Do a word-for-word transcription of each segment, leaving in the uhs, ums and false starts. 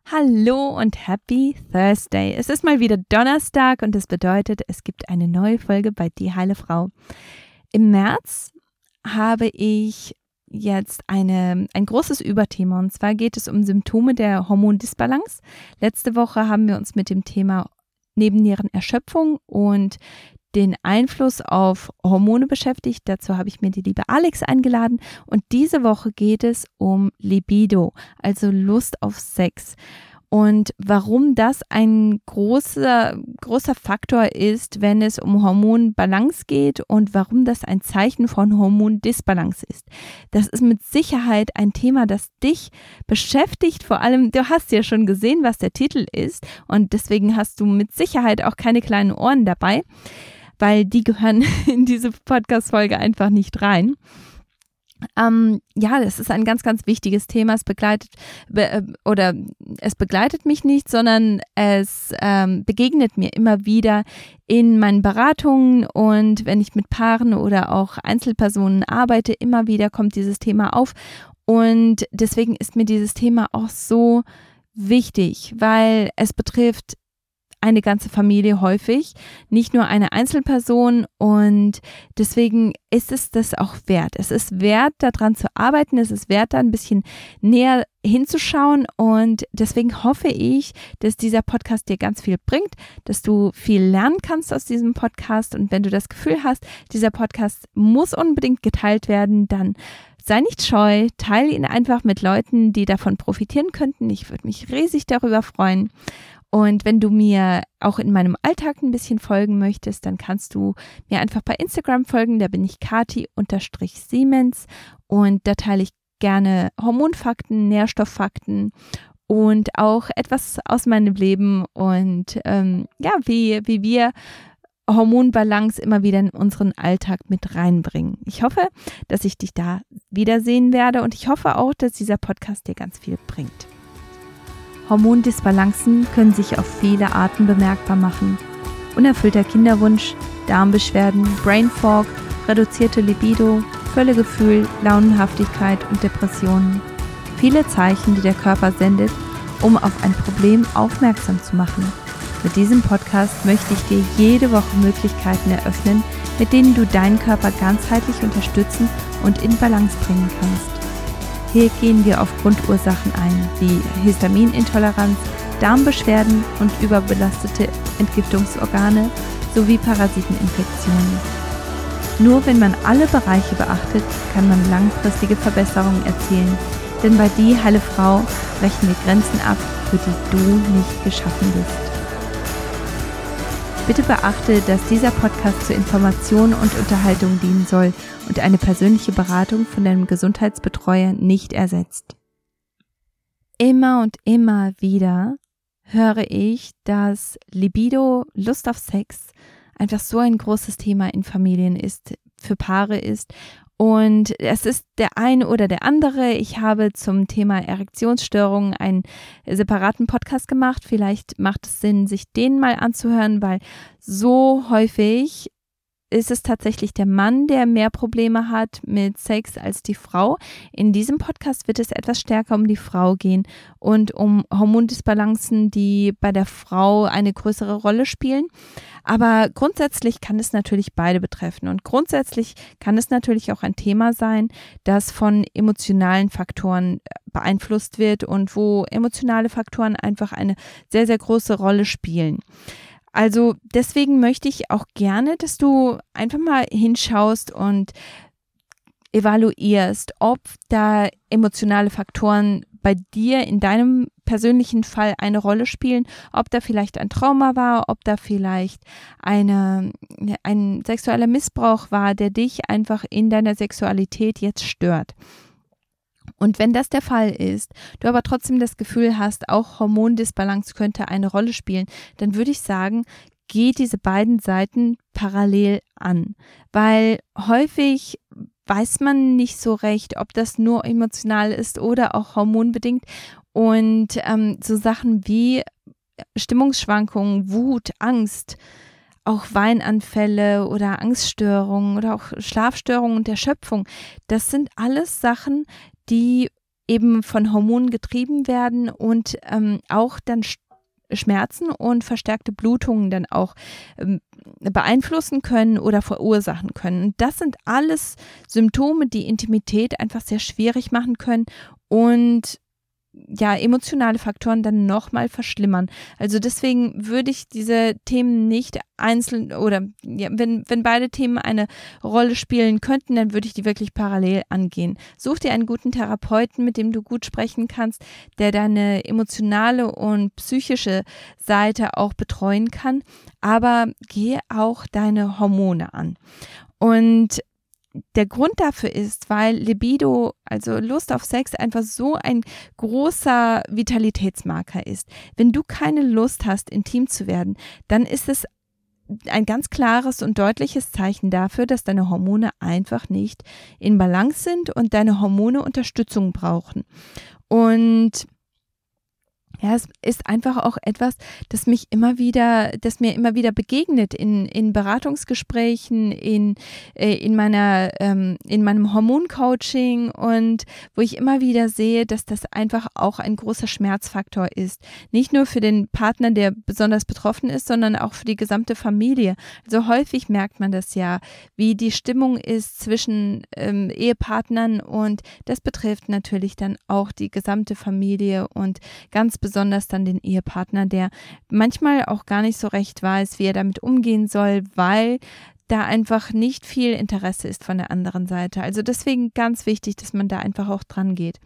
Hallo und Happy Thursday. Es ist mal wieder Donnerstag und das bedeutet, es gibt eine neue Folge bei Die Heile Frau. Im März habe ich jetzt eine, ein großes Überthema und zwar geht es um Symptome der Hormondisbalance. Letzte Woche haben wir uns mit dem Thema Nebennierenerschöpfung und den Einfluss auf Hormone beschäftigt. Dazu habe ich mir die liebe Alex eingeladen und diese Woche geht es um Libido, also Lust auf Sex. Und warum das ein großer, großer Faktor ist, wenn es um Hormonbalance geht und warum das ein Zeichen von Hormondisbalance ist. Das ist mit Sicherheit ein Thema, das dich beschäftigt. Vor allem, du hast ja schon gesehen, was der Titel ist und deswegen hast du mit Sicherheit auch keine kleinen Ohren dabei, weil die gehören in diese Podcast-Folge einfach nicht rein. Ähm, ja, das ist ein ganz, ganz wichtiges Thema. Es begleitet be, oder es begleitet mich nicht, sondern es ähm, begegnet mir immer wieder in meinen Beratungen und wenn ich mit Paaren oder auch Einzelpersonen arbeite, immer wieder kommt dieses Thema auf und deswegen ist mir dieses Thema auch so wichtig, weil es betrifft eine ganze Familie häufig, nicht nur eine Einzelperson und deswegen ist es das auch wert. Es ist wert, daran zu arbeiten, es ist wert, da ein bisschen näher hinzuschauen und deswegen hoffe ich, dass dieser Podcast dir ganz viel bringt, dass du viel lernen kannst aus diesem Podcast und wenn du das Gefühl hast, dieser Podcast muss unbedingt geteilt werden, dann sei nicht scheu, teile ihn einfach mit Leuten, die davon profitieren könnten. Ich würde mich riesig darüber freuen. Und wenn du mir auch in meinem Alltag ein bisschen folgen möchtest, dann kannst du mir einfach bei Instagram folgen. Da bin ich Kati-Siemens und da teile ich gerne Hormonfakten, Nährstofffakten und auch etwas aus meinem Leben und ähm, ja, wie, wie wir Hormonbalance immer wieder in unseren Alltag mit reinbringen. Ich hoffe, dass ich dich da wiedersehen werde und ich hoffe auch, dass dieser Podcast dir ganz viel bringt. Hormondisbalancen können sich auf viele Arten bemerkbar machen. Unerfüllter Kinderwunsch, Darmbeschwerden, Brain Fog, reduzierte Libido, Völlegefühl, Launenhaftigkeit und Depressionen. Viele Zeichen, die der Körper sendet, um auf ein Problem aufmerksam zu machen. Mit diesem Podcast möchte ich dir jede Woche Möglichkeiten eröffnen, mit denen du deinen Körper ganzheitlich unterstützen und in Balance bringen kannst. Hier gehen wir auf Grundursachen ein, wie Histaminintoleranz, Darmbeschwerden und überbelastete Entgiftungsorgane sowie Parasiteninfektionen. Nur wenn man alle Bereiche beachtet, kann man langfristige Verbesserungen erzielen, denn bei Die Heile Frau brechen wir Grenzen ab, für die du nicht geschaffen bist. Bitte beachte, dass dieser Podcast zur Information und Unterhaltung dienen soll und eine persönliche Beratung von deinem Gesundheitsbetreuer nicht ersetzt. Immer und immer wieder höre ich, dass Libido, Lust auf Sex, einfach so ein großes Thema in Familien ist, für Paare ist. Und es ist der eine oder der andere. Ich habe zum Thema Erektionsstörungen einen separaten Podcast gemacht. Vielleicht macht es Sinn, sich den mal anzuhören, weil so häufig ist es tatsächlich der Mann, der mehr Probleme hat mit Sex als die Frau. In diesem Podcast wird es etwas stärker um die Frau gehen und um Hormondisbalancen, die bei der Frau eine größere Rolle spielen. Aber grundsätzlich kann es natürlich beide betreffen und grundsätzlich kann es natürlich auch ein Thema sein, das von emotionalen Faktoren beeinflusst wird und wo emotionale Faktoren einfach eine sehr, sehr große Rolle spielen. Also deswegen möchte ich auch gerne, dass du einfach mal hinschaust und evaluierst, ob da emotionale Faktoren bei dir in deinem persönlichen Fall eine Rolle spielen, ob da vielleicht ein Trauma war, ob da vielleicht eine, ein sexueller Missbrauch war, der dich einfach in deiner Sexualität jetzt stört. Und wenn das der Fall ist, du aber trotzdem das Gefühl hast, auch Hormondisbalance könnte eine Rolle spielen, dann würde ich sagen, geh diese beiden Seiten parallel an, weil häufig weiß man nicht so recht, ob das nur emotional ist oder auch hormonbedingt und ähm, so Sachen wie Stimmungsschwankungen, Wut, Angst, auch Weinanfälle oder Angststörungen oder auch Schlafstörungen und Erschöpfung, das sind alles Sachen, die eben von Hormonen getrieben werden und ähm, auch dann Schmerzen und verstärkte Blutungen dann auch ähm, beeinflussen können oder verursachen können. Und das sind alles Symptome, die Intimität einfach sehr schwierig machen können und ja, emotionale Faktoren dann nochmal verschlimmern. Also deswegen würde ich diese Themen nicht einzeln oder ja, wenn, wenn beide Themen eine Rolle spielen könnten, dann würde ich die wirklich parallel angehen. Such dir einen guten Therapeuten, mit dem du gut sprechen kannst, der deine emotionale und psychische Seite auch betreuen kann, aber gehe auch deine Hormone an. Und der Grund dafür ist, weil Libido, also Lust auf Sex, einfach so ein großer Vitalitätsmarker ist. Wenn du keine Lust hast, intim zu werden, dann ist es ein ganz klares und deutliches Zeichen dafür, dass deine Hormone einfach nicht in Balance sind und deine Hormone Unterstützung brauchen. Und ja, es ist einfach auch etwas, das mich immer wieder, das mir immer wieder begegnet in, in Beratungsgesprächen, in, in meiner, ähm, in meinem Hormoncoaching und wo ich immer wieder sehe, dass das einfach auch ein großer Schmerzfaktor ist. Nicht nur für den Partner, der besonders betroffen ist, sondern auch für die gesamte Familie. Also häufig merkt man das ja, wie die Stimmung ist zwischen ähm, Ehepartnern und das betrifft natürlich dann auch die gesamte Familie und ganz besonders besonders dann den Ehepartner, der manchmal auch gar nicht so recht weiß, wie er damit umgehen soll, weil da einfach nicht viel Interesse ist von der anderen Seite. Also deswegen ganz wichtig, dass man da einfach auch dran geht.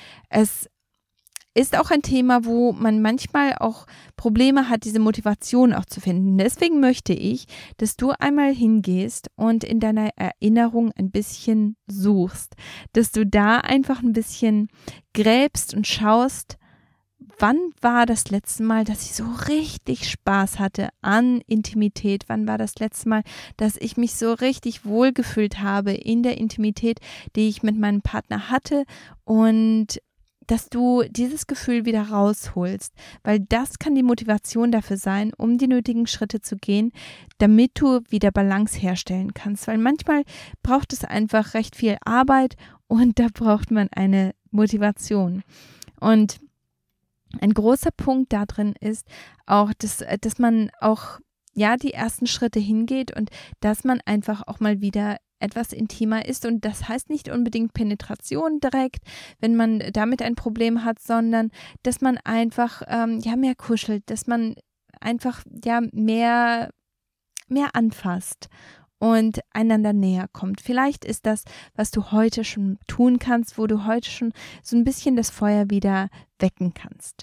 Es ist auch ein Thema, wo man manchmal auch Probleme hat, diese Motivation auch zu finden. Deswegen möchte ich, dass du einmal hingehst und in deiner Erinnerung ein bisschen suchst, dass du da einfach ein bisschen gräbst und schaust, wann war das letzte Mal, dass ich so richtig Spaß hatte an Intimität? Wann war das letzte Mal, dass ich mich so richtig wohlgefühlt habe in der Intimität, die ich mit meinem Partner hatte? Und dass du dieses Gefühl wieder rausholst, weil das kann die Motivation dafür sein, um die nötigen Schritte zu gehen, damit du wieder Balance herstellen kannst. Weil manchmal braucht es einfach recht viel Arbeit und da braucht man eine Motivation. Und ein großer Punkt da drin ist auch, dass, dass man auch ja die ersten Schritte hingeht und dass man einfach auch mal wieder etwas intimer ist. Und das heißt nicht unbedingt Penetration direkt, wenn man damit ein Problem hat, sondern dass man einfach ähm, ja mehr kuschelt, dass man einfach ja mehr, mehr anfasst und einander näher kommt. Vielleicht ist das, was du heute schon tun kannst, wo du heute schon so ein bisschen das Feuer wieder wecken kannst.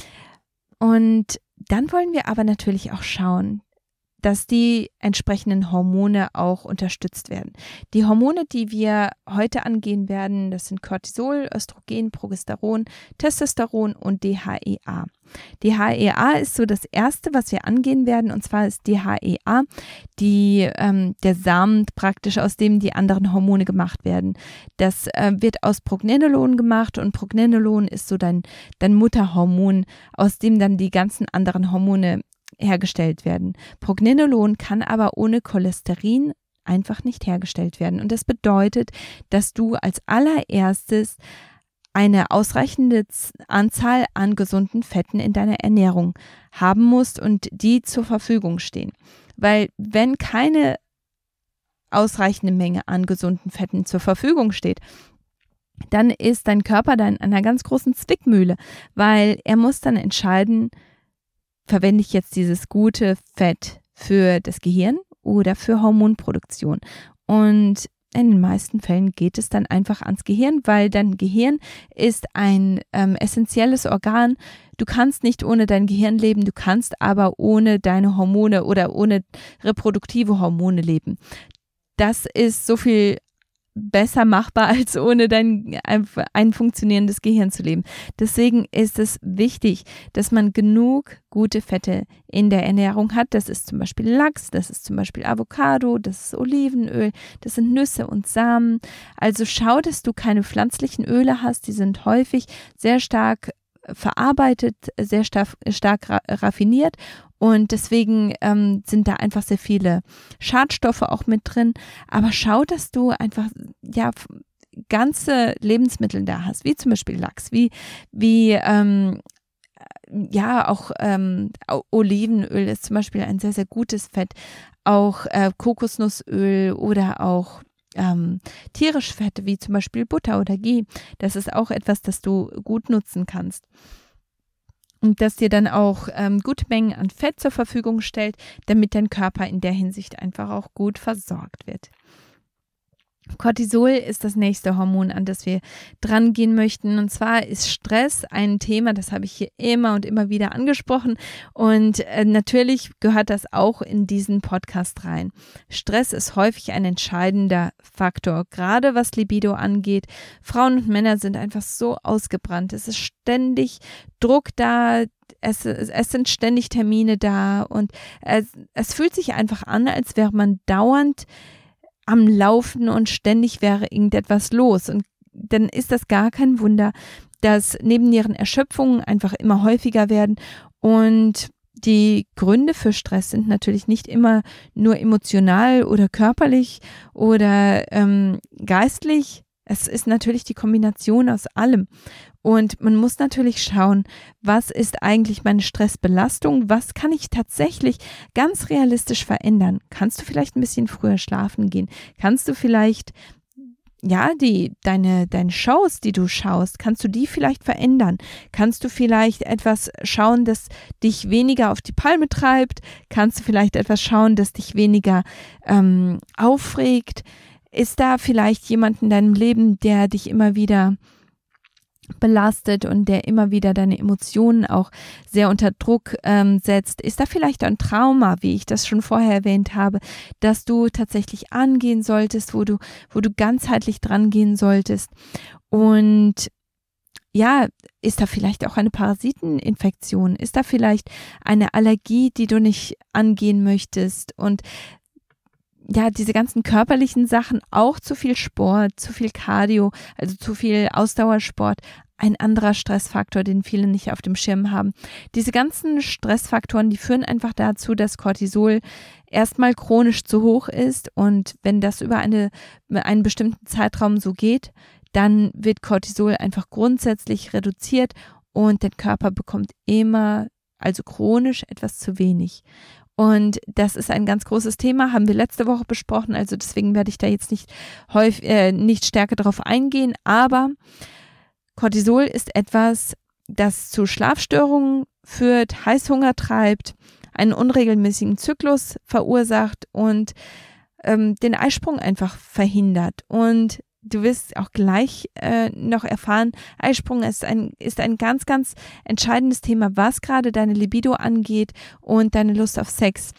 Und dann wollen wir aber natürlich auch schauen, dass die entsprechenden Hormone auch unterstützt werden. Die Hormone, die wir heute angehen werden, das sind Cortisol, Östrogen, Progesteron, Testosteron und D H E A. D H E A ist so das Erste, was wir angehen werden, und zwar ist D H E A die, ähm, der Samen praktisch, aus dem die anderen Hormone gemacht werden. Das äh, wird aus Prognenolon gemacht und Prognenolon ist so dein, dein Mutterhormon, aus dem dann die ganzen anderen Hormone hergestellt werden. Prognenolon kann aber ohne Cholesterin einfach nicht hergestellt werden. Und das bedeutet, dass du als allererstes eine ausreichende Anzahl an gesunden Fetten in deiner Ernährung haben musst und die zur Verfügung stehen. Weil wenn keine ausreichende Menge an gesunden Fetten zur Verfügung steht, dann ist dein Körper dann in einer ganz großen Zwickmühle, weil er muss dann entscheiden, verwende ich jetzt dieses gute Fett für das Gehirn oder für Hormonproduktion? Und in den meisten Fällen geht es dann einfach ans Gehirn, weil dein Gehirn ist ein ähm, essentielles Organ. Du kannst nicht ohne dein Gehirn leben, du kannst aber ohne deine Hormone oder ohne reproduktive Hormone leben. Das ist so viel besser machbar, als ohne dein ein, ein funktionierendes Gehirn zu leben. Deswegen ist es wichtig, dass man genug gute Fette in der Ernährung hat. Das ist zum Beispiel Lachs, das ist zum Beispiel Avocado, das ist Olivenöl, das sind Nüsse und Samen. Also schau, dass du keine pflanzlichen Öle hast, die sind häufig sehr stark verarbeitet, sehr stark, stark ra- raffiniert und deswegen ähm, sind da einfach sehr viele Schadstoffe auch mit drin, aber schau, dass du einfach ja ganze Lebensmittel da hast, wie zum Beispiel Lachs, wie, wie ähm, ja, auch ähm, Olivenöl ist zum Beispiel ein sehr, sehr gutes Fett, auch äh, Kokosnussöl oder auch ähm, tierische Fette, wie zum Beispiel Butter oder Ghee. Das ist auch etwas, das du gut nutzen kannst. Und das dir dann auch ähm, gute Mengen an Fett zur Verfügung stellt, damit dein Körper in der Hinsicht einfach auch gut versorgt wird. Cortisol ist das nächste Hormon, an das wir dran gehen möchten. Und zwar ist Stress ein Thema, das habe ich hier immer und immer wieder angesprochen. Und äh, natürlich gehört das auch in diesen Podcast rein. Stress ist häufig ein entscheidender Faktor, gerade was Libido angeht. Frauen und Männer sind einfach so ausgebrannt. Es ist ständig Druck da. Es, es sind ständig Termine da. Und es, es fühlt sich einfach an, als wäre man dauernd am Laufen und ständig wäre irgendetwas los. Und dann ist das gar kein Wunder, dass Nebennierenerschöpfungen einfach immer häufiger werden. Und die Gründe für Stress sind natürlich nicht immer nur emotional oder körperlich oder ähm, geistlich. Es ist natürlich die Kombination aus allem. Und man muss natürlich schauen, was ist eigentlich meine Stressbelastung? Was kann ich tatsächlich ganz realistisch verändern? Kannst du vielleicht ein bisschen früher schlafen gehen? Kannst du vielleicht, ja, die, deine, deine Shows, die du schaust, kannst du die vielleicht verändern? Kannst du vielleicht etwas schauen, das dich weniger auf die Palme treibt? Kannst du vielleicht etwas schauen, das dich weniger ähm, aufregt? Ist da vielleicht jemand in deinem Leben, der dich immer wieder belastet und der immer wieder deine Emotionen auch sehr unter Druck ähm, setzt? Ist da vielleicht ein Trauma, wie ich das schon vorher erwähnt habe, dass du tatsächlich angehen solltest, wo du, wo du ganzheitlich dran gehen solltest? Und ja, ist da vielleicht auch eine Parasiteninfektion? Ist da vielleicht eine Allergie, die du nicht angehen möchtest? Und ja, diese ganzen körperlichen Sachen, auch zu viel Sport, zu viel Cardio, also zu viel Ausdauersport, ein anderer Stressfaktor, den viele nicht auf dem Schirm haben. Diese ganzen Stressfaktoren, die führen einfach dazu, dass Cortisol erstmal chronisch zu hoch ist, und wenn das über eine, einen bestimmten Zeitraum so geht, dann wird Cortisol einfach grundsätzlich reduziert und der Körper bekommt immer, also chronisch, etwas zu wenig. Und das ist ein ganz großes Thema, haben wir letzte Woche besprochen, also deswegen werde ich da jetzt nicht häufig, äh, nicht stärker darauf eingehen, aber Cortisol ist etwas, das zu Schlafstörungen führt, Heißhunger treibt, einen unregelmäßigen Zyklus verursacht und ähm, den Eisprung einfach verhindert. Und du wirst auch gleich äh, noch erfahren, Eisprung ist ein, ist ein ganz, ganz entscheidendes Thema, was gerade deine Libido angeht und deine Lust auf Sex.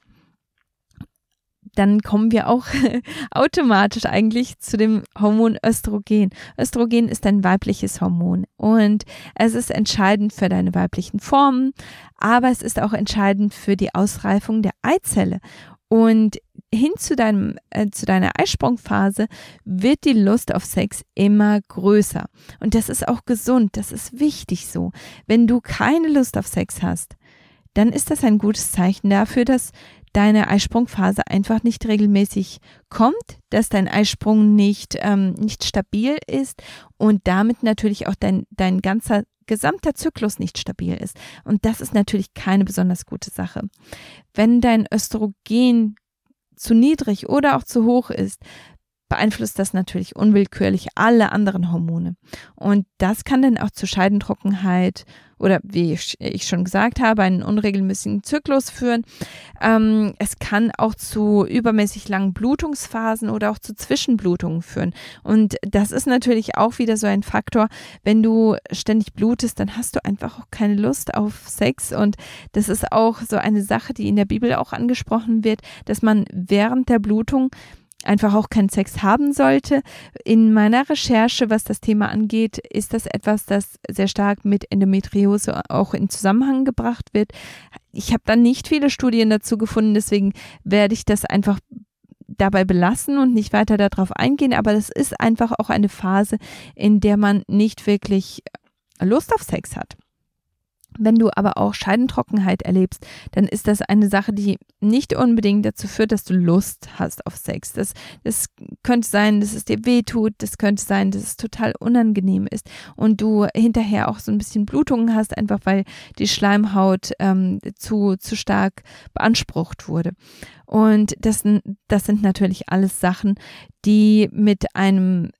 Dann kommen wir auch automatisch eigentlich zu dem Hormon Östrogen. Östrogen ist ein weibliches Hormon und es ist entscheidend für deine weiblichen Formen, aber es ist auch entscheidend für die Ausreifung der Eizelle. Und hin zu deinem, äh, zu deiner Eisprungphase wird die Lust auf Sex immer größer. Und das ist auch gesund, das ist wichtig so. Wenn du keine Lust auf Sex hast, dann ist das ein gutes Zeichen dafür, dass deine Eisprungphase einfach nicht regelmäßig kommt, dass dein Eisprung nicht, ähm, nicht stabil ist und damit natürlich auch dein, dein ganzer gesamter Zyklus nicht stabil ist. Und das ist natürlich keine besonders gute Sache. Wenn dein Östrogen zu niedrig oder auch zu hoch ist, beeinflusst das natürlich unwillkürlich alle anderen Hormone. Und das kann dann auch zu Scheidentrockenheit oder, wie ich schon gesagt habe, einen unregelmäßigen Zyklus führen. Ähm, es kann auch zu übermäßig langen Blutungsphasen oder auch zu Zwischenblutungen führen. Und das ist natürlich auch wieder so ein Faktor. Wenn du ständig blutest, dann hast du einfach auch keine Lust auf Sex. Und das ist auch so eine Sache, die in der Bibel auch angesprochen wird, dass man während der Blutung einfach auch keinen Sex haben sollte. In meiner Recherche, was das Thema angeht, ist das etwas, das sehr stark mit Endometriose auch in Zusammenhang gebracht wird. Ich habe da nicht viele Studien dazu gefunden, deswegen werde ich das einfach dabei belassen und nicht weiter darauf eingehen, aber das ist einfach auch eine Phase, in der man nicht wirklich Lust auf Sex hat. Wenn du aber auch Scheidentrockenheit erlebst, dann ist das eine Sache, die nicht unbedingt dazu führt, dass du Lust hast auf Sex. Das, das könnte sein, dass es dir wehtut, das könnte sein, dass es total unangenehm ist und du hinterher auch so ein bisschen Blutungen hast, einfach weil die Schleimhaut ähm, zu, zu stark beansprucht wurde. Und das, das sind natürlich alles Sachen, die mit einem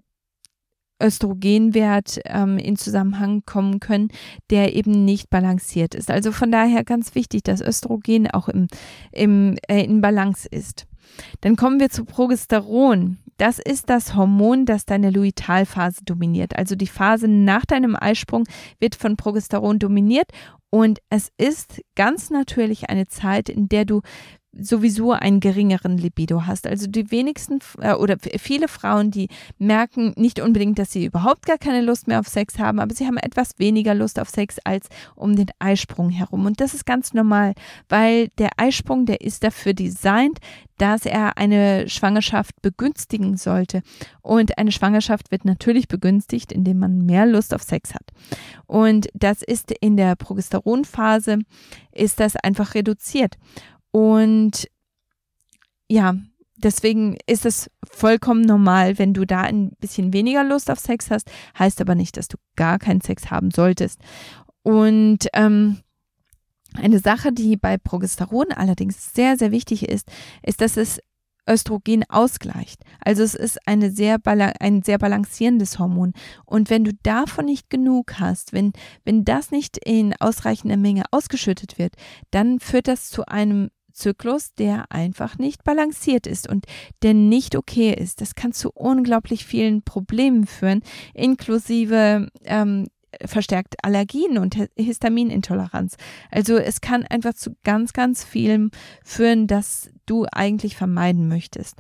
Östrogenwert ähm, in Zusammenhang kommen können, der eben nicht balanciert ist. Also von daher ganz wichtig, dass Östrogen auch im, im, äh, in Balance ist. Dann kommen wir zu Progesteron. Das ist das Hormon, das deine Luitalphase dominiert. Also die Phase nach deinem Eisprung wird von Progesteron dominiert und es ist ganz natürlich eine Zeit, in der du sowieso einen geringeren Libido hast. Also die wenigsten äh, oder viele Frauen, die merken nicht unbedingt, dass sie überhaupt gar keine Lust mehr auf Sex haben, aber sie haben etwas weniger Lust auf Sex als um den Eisprung herum. Und das ist ganz normal, weil der Eisprung, der ist dafür designt, dass er eine Schwangerschaft begünstigen sollte. Und eine Schwangerschaft wird natürlich begünstigt, indem man mehr Lust auf Sex hat. Und das ist in der Progesteronphase, ist das einfach reduziert. Und ja, deswegen ist es vollkommen normal, wenn du da ein bisschen weniger Lust auf Sex hast, heißt aber nicht, dass du gar keinen Sex haben solltest. Und ähm, eine Sache, die bei Progesteron allerdings sehr, sehr wichtig ist, ist, dass es Östrogen ausgleicht. Also es ist eine sehr ein sehr balancierendes Hormon. Und wenn du davon nicht genug hast, wenn, wenn das nicht in ausreichender Menge ausgeschüttet wird, dann führt das zu einem Zyklus, der einfach nicht balanciert ist und der nicht okay ist. Das kann zu unglaublich vielen Problemen führen, inklusive ähm, verstärkt Allergien und Histaminintoleranz. Also es kann einfach zu ganz, ganz vielem führen, das du eigentlich vermeiden möchtest.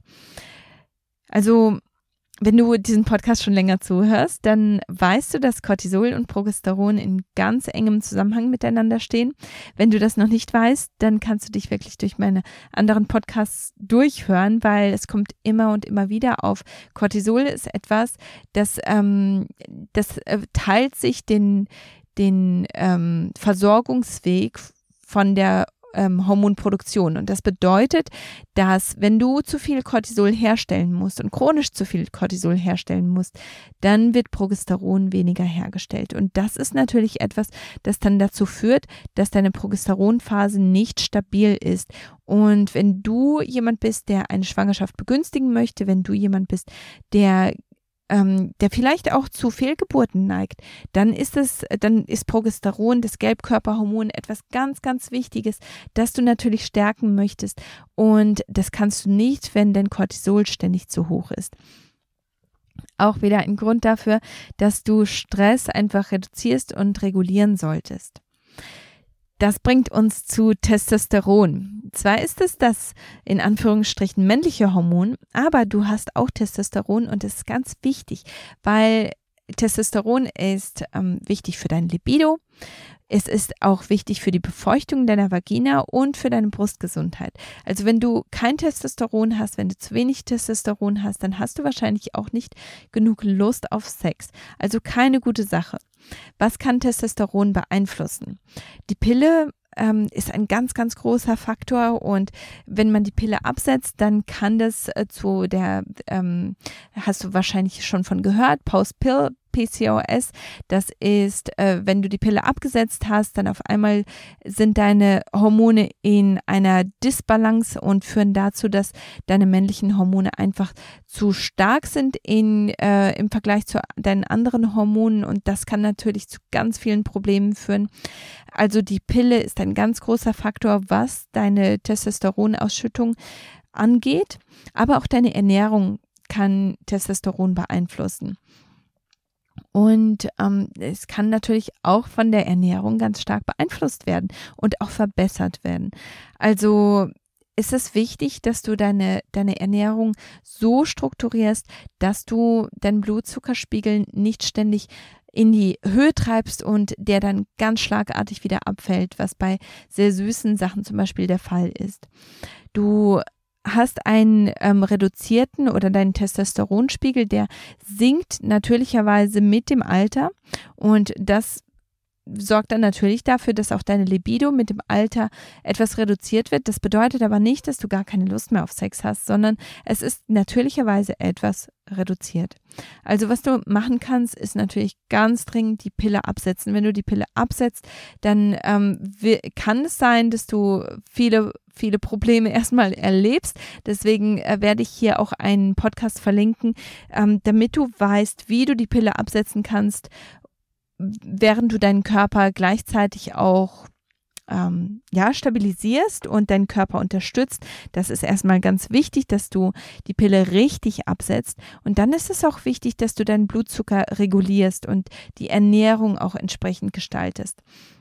Also wenn du diesen Podcast schon länger zuhörst, dann weißt du, dass Cortisol und Progesteron in ganz engem Zusammenhang miteinander stehen. Wenn du das noch nicht weißt, dann kannst du dich wirklich durch meine anderen Podcasts durchhören, weil es kommt immer und immer wieder auf. Cortisol ist etwas, das, ähm, das äh, teilt sich den, den ähm, Versorgungsweg von der Ähm, Hormonproduktion. Und das bedeutet, dass wenn du zu viel Cortisol herstellen musst und chronisch zu viel Cortisol herstellen musst, dann wird Progesteron weniger hergestellt. Und das ist natürlich etwas, das dann dazu führt, dass deine Progesteronphase nicht stabil ist. Und wenn du jemand bist, der eine Schwangerschaft begünstigen möchte, wenn du jemand bist, der Ähm, der vielleicht auch zu Fehlgeburten neigt, dann ist es, dann ist Progesteron, das Gelbkörperhormon, etwas ganz, ganz Wichtiges, das du natürlich stärken möchtest. Und das kannst du nicht, wenn dein Cortisol ständig zu hoch ist. Auch wieder ein Grund dafür, dass du Stress einfach reduzierst und regulieren solltest. Das bringt uns zu Testosteron. Zwar ist es das in Anführungsstrichen männliche Hormon, aber du hast auch Testosteron und das ist ganz wichtig, weil Testosteron ist ähm, wichtig für dein Libido. Es ist auch wichtig für die Befeuchtung deiner Vagina und für deine Brustgesundheit. Also wenn du kein Testosteron hast, wenn du zu wenig Testosteron hast, dann hast du wahrscheinlich auch nicht genug Lust auf Sex. Also keine gute Sache. Was kann Testosteron beeinflussen? Die Pille ähm, ist ein ganz, ganz großer Faktor und wenn man die Pille absetzt, dann kann das äh, zu der, ähm, hast du wahrscheinlich schon von gehört, Post-Pill P C O S, das ist, äh, wenn du die Pille abgesetzt hast, dann auf einmal sind deine Hormone in einer Disbalance und führen dazu, dass deine männlichen Hormone einfach zu stark sind in, äh, im Vergleich zu deinen anderen Hormonen und das kann natürlich zu ganz vielen Problemen führen. Also die Pille ist ein ganz großer Faktor, was deine Testosteronausschüttung angeht, aber auch deine Ernährung kann Testosteron beeinflussen. Und ähm, es kann natürlich auch von der Ernährung ganz stark beeinflusst werden und auch verbessert werden. Also ist es wichtig, dass du deine, deine Ernährung so strukturierst, dass du deinen Blutzuckerspiegel nicht ständig in die Höhe treibst und der dann ganz schlagartig wieder abfällt, was bei sehr süßen Sachen zum Beispiel der Fall ist. Du hast einen ähm, reduzierten oder deinen Testosteronspiegel, der sinkt natürlicherweise mit dem Alter und das sorgt dann natürlich dafür, dass auch deine Libido mit dem Alter etwas reduziert wird. Das bedeutet aber nicht, dass du gar keine Lust mehr auf Sex hast, sondern es ist natürlicherweise etwas reduziert. Also was du machen kannst, ist natürlich ganz dringend die Pille absetzen. Wenn du die Pille absetzt, dann ähm, kann es sein, dass du viele viele Probleme erstmal erlebst. Deswegen äh, werde ich hier auch einen Podcast verlinken, ähm, damit du weißt, wie du die Pille absetzen kannst, während du deinen Körper gleichzeitig auch ähm, ja, stabilisierst und deinen Körper unterstützt. Das ist erstmal ganz wichtig, dass du die Pille richtig absetzt. Und dann ist es auch wichtig, dass du deinen Blutzucker regulierst und die Ernährung auch entsprechend gestaltest.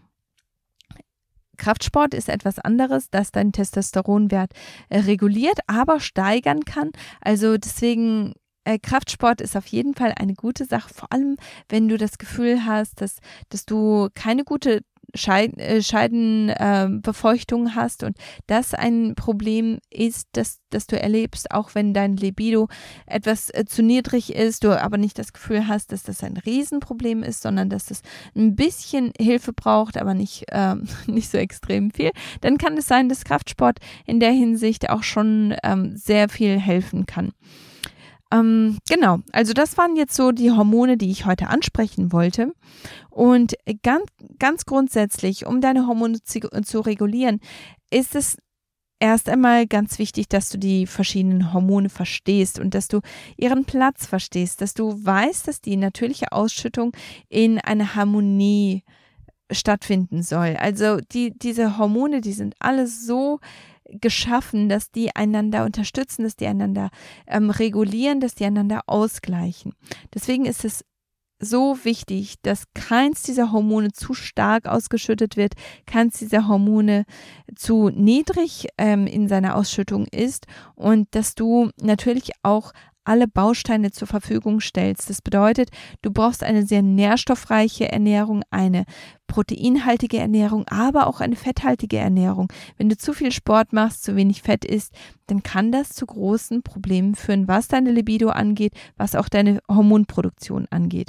Kraftsport ist etwas anderes, das deinen Testosteronwert äh, reguliert, aber steigern kann. Also deswegen Äh, Kraftsport ist auf jeden Fall eine gute Sache, vor allem wenn du das Gefühl hast, dass, dass du keine gute Scheid- äh, Scheidenbefeuchtung äh, hast und das ein Problem ist, das, das du erlebst, auch wenn dein Libido etwas äh, zu niedrig ist, du aber nicht das Gefühl hast, dass das ein Riesenproblem ist, sondern dass das ein bisschen Hilfe braucht, aber nicht, äh, nicht so extrem viel, dann kann es sein, dass Kraftsport in der Hinsicht auch schon ähm, sehr viel helfen kann. Ähm, genau, also das waren jetzt so die Hormone, die ich heute ansprechen wollte. Und ganz, ganz grundsätzlich, um deine Hormone zu, zu regulieren, ist es erst einmal ganz wichtig, dass du die verschiedenen Hormone verstehst und dass du ihren Platz verstehst, dass du weißt, dass die natürliche Ausschüttung in einer Harmonie stattfinden soll. Also die, diese Hormone, die sind alle so geschaffen, dass die einander unterstützen, dass die einander ähm, regulieren, dass die einander ausgleichen. Deswegen ist es so wichtig, dass keins dieser Hormone zu stark ausgeschüttet wird, keins dieser Hormone zu niedrig ähm, in seiner Ausschüttung ist und dass du natürlich auch alle Bausteine zur Verfügung stellst. Das bedeutet, du brauchst eine sehr nährstoffreiche Ernährung, eine proteinhaltige Ernährung, aber auch eine fetthaltige Ernährung. Wenn du zu viel Sport machst, zu wenig Fett isst, dann kann das zu großen Problemen führen, was deine Libido angeht, was auch deine Hormonproduktion angeht.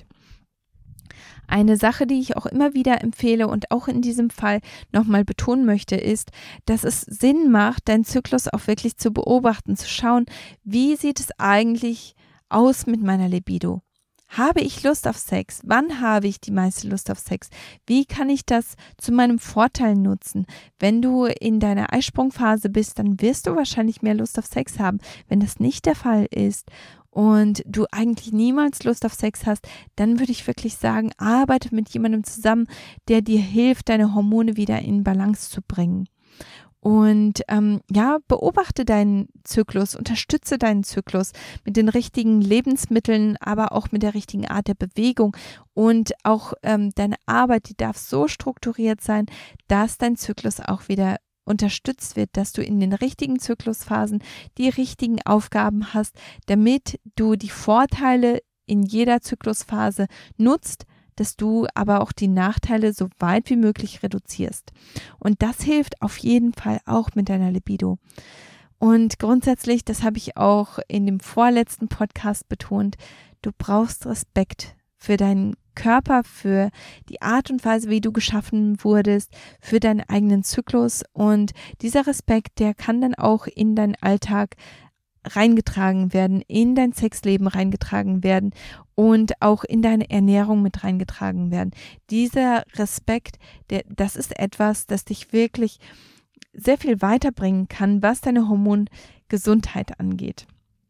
Eine Sache, die ich auch immer wieder empfehle und auch in diesem Fall nochmal betonen möchte, ist, dass es Sinn macht, deinen Zyklus auch wirklich zu beobachten, zu schauen, wie sieht es eigentlich aus mit meiner Libido? Habe ich Lust auf Sex? Wann habe ich die meiste Lust auf Sex? Wie kann ich das zu meinem Vorteil nutzen? Wenn du in deiner Eisprungphase bist, dann wirst du wahrscheinlich mehr Lust auf Sex haben. Wenn das nicht der Fall ist und du eigentlich niemals Lust auf Sex hast, dann würde ich wirklich sagen, arbeite mit jemandem zusammen, der dir hilft, deine Hormone wieder in Balance zu bringen. Und ähm, ja, beobachte deinen Zyklus, unterstütze deinen Zyklus mit den richtigen Lebensmitteln, aber auch mit der richtigen Art der Bewegung. Und auch ähm, deine Arbeit, die darf so strukturiert sein, dass dein Zyklus auch wieder unterstützt wird, dass du in den richtigen Zyklusphasen die richtigen Aufgaben hast, damit du die Vorteile in jeder Zyklusphase nutzt, dass du aber auch die Nachteile so weit wie möglich reduzierst. Und das hilft auf jeden Fall auch mit deiner Libido. Und grundsätzlich, das habe ich auch in dem vorletzten Podcast betont, du brauchst Respekt für deinen Körper, für die Art und Weise, wie du geschaffen wurdest, für deinen eigenen Zyklus. Und dieser Respekt, der kann dann auch in deinen Alltag reingetragen werden, in dein Sexleben reingetragen werden und auch in deine Ernährung mit reingetragen werden. Dieser Respekt, der, das ist etwas, das dich wirklich sehr viel weiterbringen kann, was deine Hormongesundheit angeht.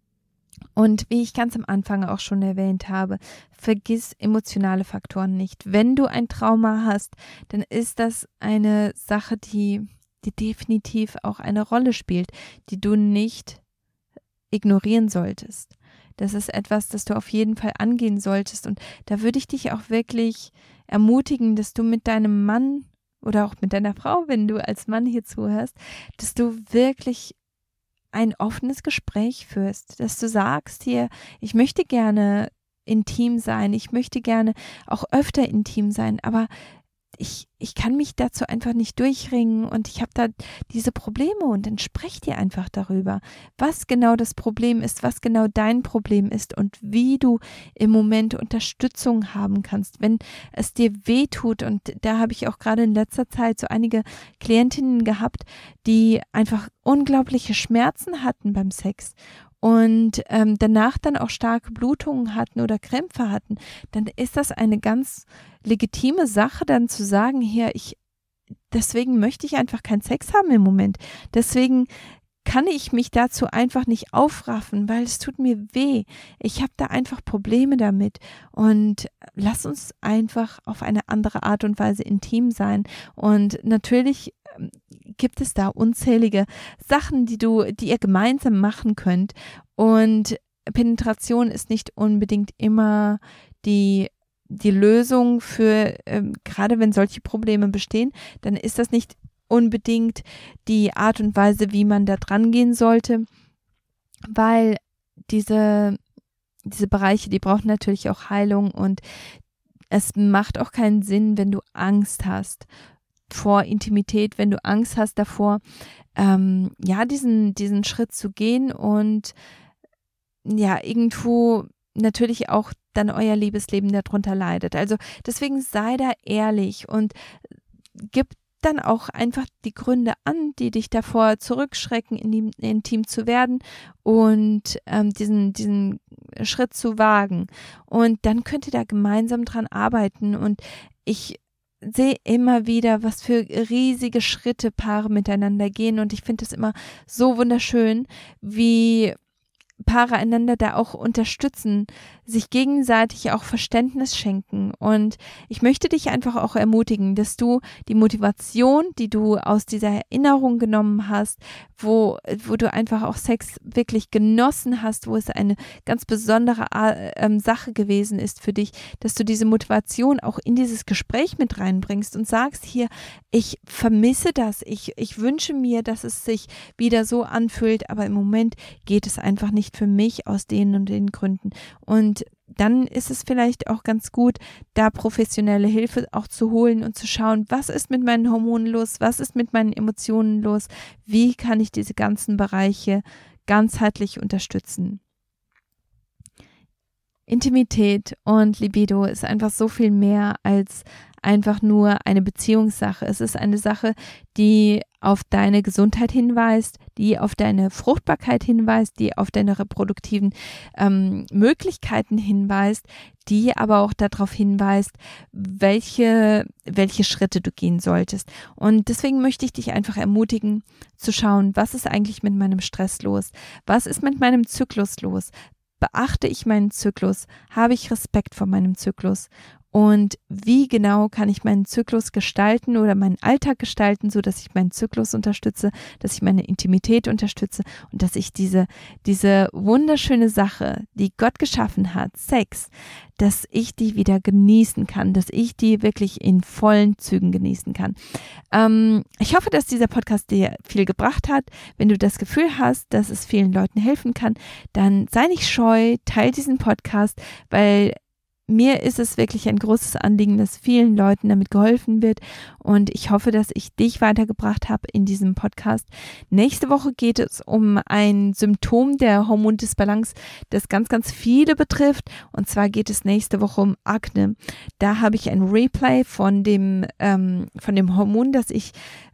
Und wie ich ganz am Anfang auch schon erwähnt habe, vergiss emotionale Faktoren nicht. Wenn du ein Trauma hast, dann ist das eine Sache, die, die definitiv auch eine Rolle spielt, die du nicht ignorieren solltest. Das ist etwas, das du auf jeden Fall angehen solltest. Und da würde ich dich auch wirklich ermutigen, dass du mit deinem Mann oder auch mit deiner Frau, wenn du als Mann hier zuhörst, dass du wirklich ein offenes Gespräch führst, dass du sagst hier, ich möchte gerne intim sein, ich möchte gerne auch öfter intim sein, aber ich, ich kann mich dazu einfach nicht durchringen und ich habe da diese Probleme und dann sprecht ihr einfach darüber, was genau das Problem ist, was genau dein Problem ist und wie du im Moment Unterstützung haben kannst, wenn es dir weh tut. Und da habe ich auch gerade in letzter Zeit so einige Klientinnen gehabt, die einfach unglaubliche Schmerzen hatten beim Sex und ähm, danach dann auch starke Blutungen hatten oder Krämpfe hatten, dann ist das eine ganz legitime Sache, dann zu sagen, hier, ich, deswegen möchte ich einfach keinen Sex haben im Moment. Deswegen kann ich mich dazu einfach nicht aufraffen, weil es tut mir weh. Ich habe da einfach Probleme damit. Und lass uns einfach auf eine andere Art und Weise intim sein. Und natürlich gibt es da unzählige Sachen, die du, die ihr gemeinsam machen könnt. Und Penetration ist nicht unbedingt immer die die Lösung für, ähm, gerade wenn solche Probleme bestehen, dann ist das nicht unbedingt die Art und Weise, wie man da dran gehen sollte, weil diese, diese Bereiche, die brauchen natürlich auch Heilung und es macht auch keinen Sinn, wenn du Angst hast vor Intimität, wenn du Angst hast davor, ähm, ja, diesen, diesen Schritt zu gehen und ja, irgendwo natürlich auch dann euer Liebesleben darunter leidet. Also deswegen sei da ehrlich und gib dann auch einfach die Gründe an, die dich davor zurückschrecken, in intim zu werden und ähm, diesen, diesen Schritt zu wagen. Und dann könnt ihr da gemeinsam dran arbeiten. Und ich sehe immer wieder, was für riesige Schritte Paare miteinander gehen. Und ich finde es immer so wunderschön, wie Paare einander da auch unterstützen, sich gegenseitig auch Verständnis schenken. Und ich möchte dich einfach auch ermutigen, dass du die Motivation, die du aus dieser Erinnerung genommen hast, wo, wo du einfach auch Sex wirklich genossen hast, wo es eine ganz besondere äh, Sache gewesen ist für dich, dass du diese Motivation auch in dieses Gespräch mit reinbringst und sagst hier, ich vermisse das, ich, ich wünsche mir, dass es sich wieder so anfühlt, aber im Moment geht es einfach nicht für mich aus den und den Gründen. Und dann ist es vielleicht auch ganz gut, da professionelle Hilfe auch zu holen und zu schauen, was ist mit meinen Hormonen los, was ist mit meinen Emotionen los, wie kann ich diese ganzen Bereiche ganzheitlich unterstützen. Intimität und Libido ist einfach so viel mehr als einfach nur eine Beziehungssache. Es ist eine Sache, die auf deine Gesundheit hinweist, die auf deine Fruchtbarkeit hinweist, die auf deine reproduktiven ähm, Möglichkeiten hinweist, die aber auch darauf hinweist, welche, welche Schritte du gehen solltest. Und deswegen möchte ich dich einfach ermutigen, zu schauen, was ist eigentlich mit meinem Stress los? Was ist mit meinem Zyklus los? Beachte ich meinen Zyklus? Habe ich Respekt vor meinem Zyklus? Und wie genau kann ich meinen Zyklus gestalten oder meinen Alltag gestalten, so dass ich meinen Zyklus unterstütze, dass ich meine Intimität unterstütze und dass ich diese, diese wunderschöne Sache, die Gott geschaffen hat, Sex, dass ich die wieder genießen kann, dass ich die wirklich in vollen Zügen genießen kann. Ähm, ich hoffe, dass dieser Podcast dir viel gebracht hat. Wenn du das Gefühl hast, dass es vielen Leuten helfen kann, dann sei nicht scheu, teile diesen Podcast, weil mir ist es wirklich ein großes Anliegen, dass vielen Leuten damit geholfen wird und ich hoffe, dass ich dich weitergebracht habe in diesem Podcast. Nächste Woche geht es um ein Symptom der Hormondisbalance, das ganz, ganz viele betrifft und zwar geht es nächste Woche um Akne. Da habe ich ein Replay von dem, ähm, von dem Hormon, das ich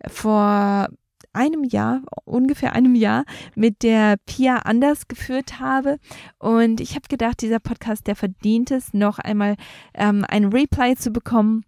vor einem Jahr, ungefähr einem Jahr mit der Pia Anders geführt habe und ich habe gedacht, dieser Podcast, der verdient es, noch einmal ähm, ein Replay zu bekommen.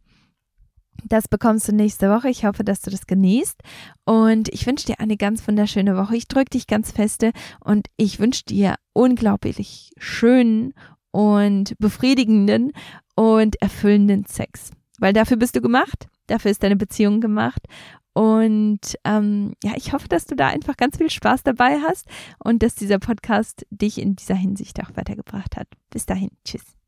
Das bekommst du nächste Woche. Ich hoffe, dass du das genießt und ich wünsche dir eine ganz wunderschöne Woche. Ich drücke dich ganz feste und ich wünsche dir unglaublich schönen und befriedigenden und erfüllenden Sex, weil dafür bist du gemacht, dafür ist deine Beziehung gemacht. Und ähm, ja, ich hoffe, dass du da einfach ganz viel Spaß dabei hast und dass dieser Podcast dich in dieser Hinsicht auch weitergebracht hat. Bis dahin, tschüss.